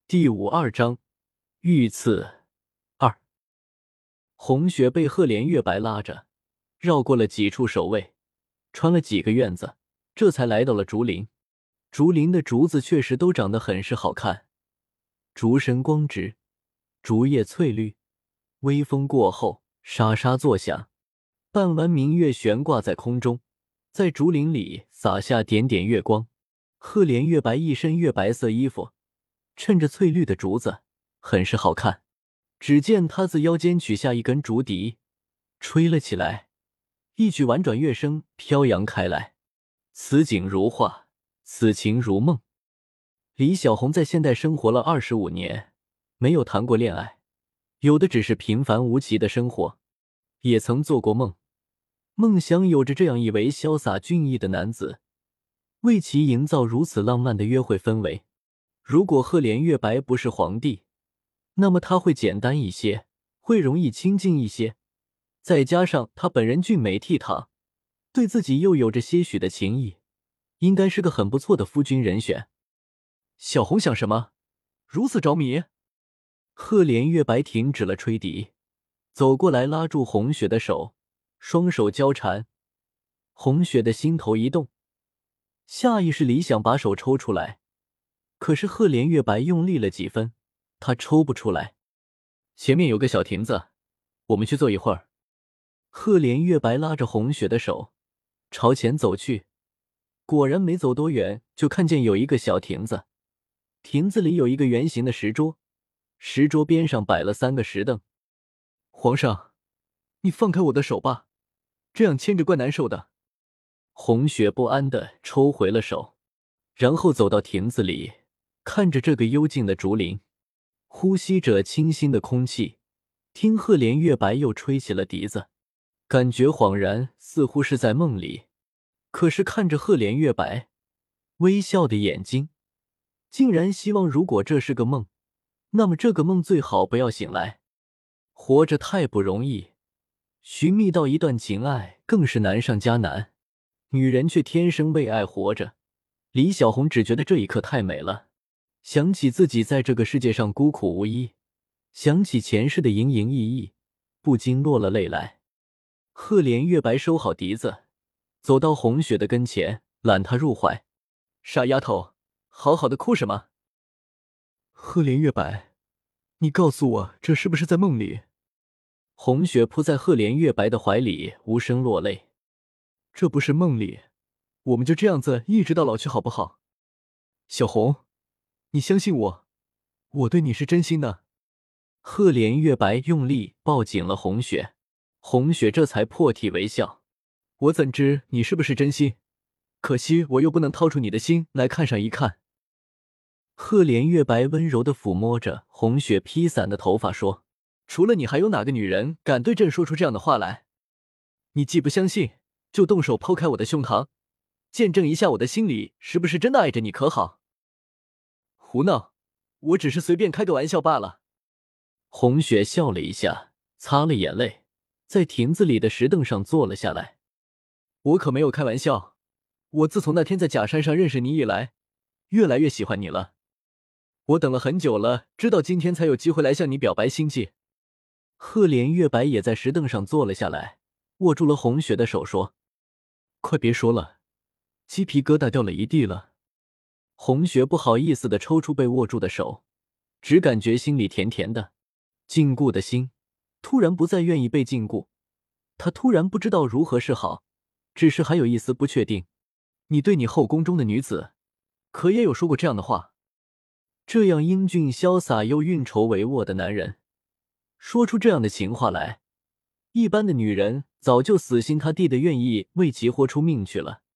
第52章遇刺2。红雪被赫连月白拉着，绕过了几处守卫，穿了几个院子，这才来到了竹林。竹林的竹子确实都长得很是好看，竹身光直，竹叶翠绿，微风过后沙沙作响，半弯明月悬挂在空中，在竹林里洒下点点月光。赫连月白一身月白色衣服，衬着翠绿的竹子，很是好看。只见他自腰间取下一根竹笛，吹了起来，一曲婉转乐声飘扬开来。此景如画，此情如梦。李小红在现代生活了25年，没有谈过恋爱，有的只是平凡无奇的生活。也曾做过梦，梦想有着这样一位潇洒俊逸的男子，为其营造如此浪漫的约会氛围。如果赫连月白不是皇帝，那么他会简单一些，会容易亲近一些，再加上他本人俊美倜傥，对自己又有着些许的情谊，应该是个很不错的夫君人选。小红想什么？如此着迷？赫连月白停止了吹笛，走过来拉住红雪的手，双手交缠。红雪的心头一动，下意识里想把手抽出来，可是赫连月白用力了几分，他抽不出来。前面有个小亭子，我们去坐一会儿。赫连月白拉着红雪的手朝前走去，果然没走多远就看见有一个小亭子，亭子里有一个圆形的石桌，石桌边上摆了3个石凳。皇上，你放开我的手吧，这样牵着怪难受的。红雪不安地抽回了手，然后走到亭子里，看着这个幽静的竹林，呼吸着清新的空气，听赫连月白又吹起了笛子，感觉恍然，似乎是在梦里。可是看着赫连月白微笑的眼睛，竟然希望如果这是个梦，那么这个梦最好不要醒来。活着太不容易，寻觅到一段情爱更是难上加难。女人却天生为爱活着，李小红只觉得这一刻太美了，想起自己在这个世界上孤苦无依，想起前世的营营役役，不禁落了泪来。赫连月白收好笛子，走到红雪的跟前，揽她入怀。傻丫头，好好的哭什么？赫连月白，你告诉我这是不是在梦里？红雪扑在赫连月白的怀里，无声落泪。这不是梦里，我们就这样子一直到老去好不好？小红，你相信我，我对你是真心的。赫连月白用力抱紧了红雪，红雪这才破涕为笑。我怎知你是不是真心？可惜我又不能掏出你的心来看上一看。赫连月白温柔地抚摸着红雪披散的头发说，除了你还有哪个女人敢对朕说出这样的话来？你既不相信，就动手剖开我的胸膛，见证一下我的心里是不是真的爱着你可好？胡闹，我只是随便开个玩笑罢了。红雪笑了一下，擦了眼泪，在亭子里的石凳上坐了下来。我可没有开玩笑，我自从那天在假山上认识你以来，越来越喜欢你了。我等了很久了，直到今天才有机会来向你表白心迹。赫连月白也在石凳上坐了下来，握住了红雪的手说，快别说了，鸡皮疙瘩掉了一地了。红雪不好意思地抽出被握住的手，只感觉心里甜甜的，禁锢的心突然不再愿意被禁锢，她突然不知道如何是好，只是还有一丝不确定。你对你后宫中的女子可也有说过这样的话？这样英俊潇洒又运筹帷幄的男人说出这样的情话来，一般的女人早就死心塌地的愿意为其豁出命去了。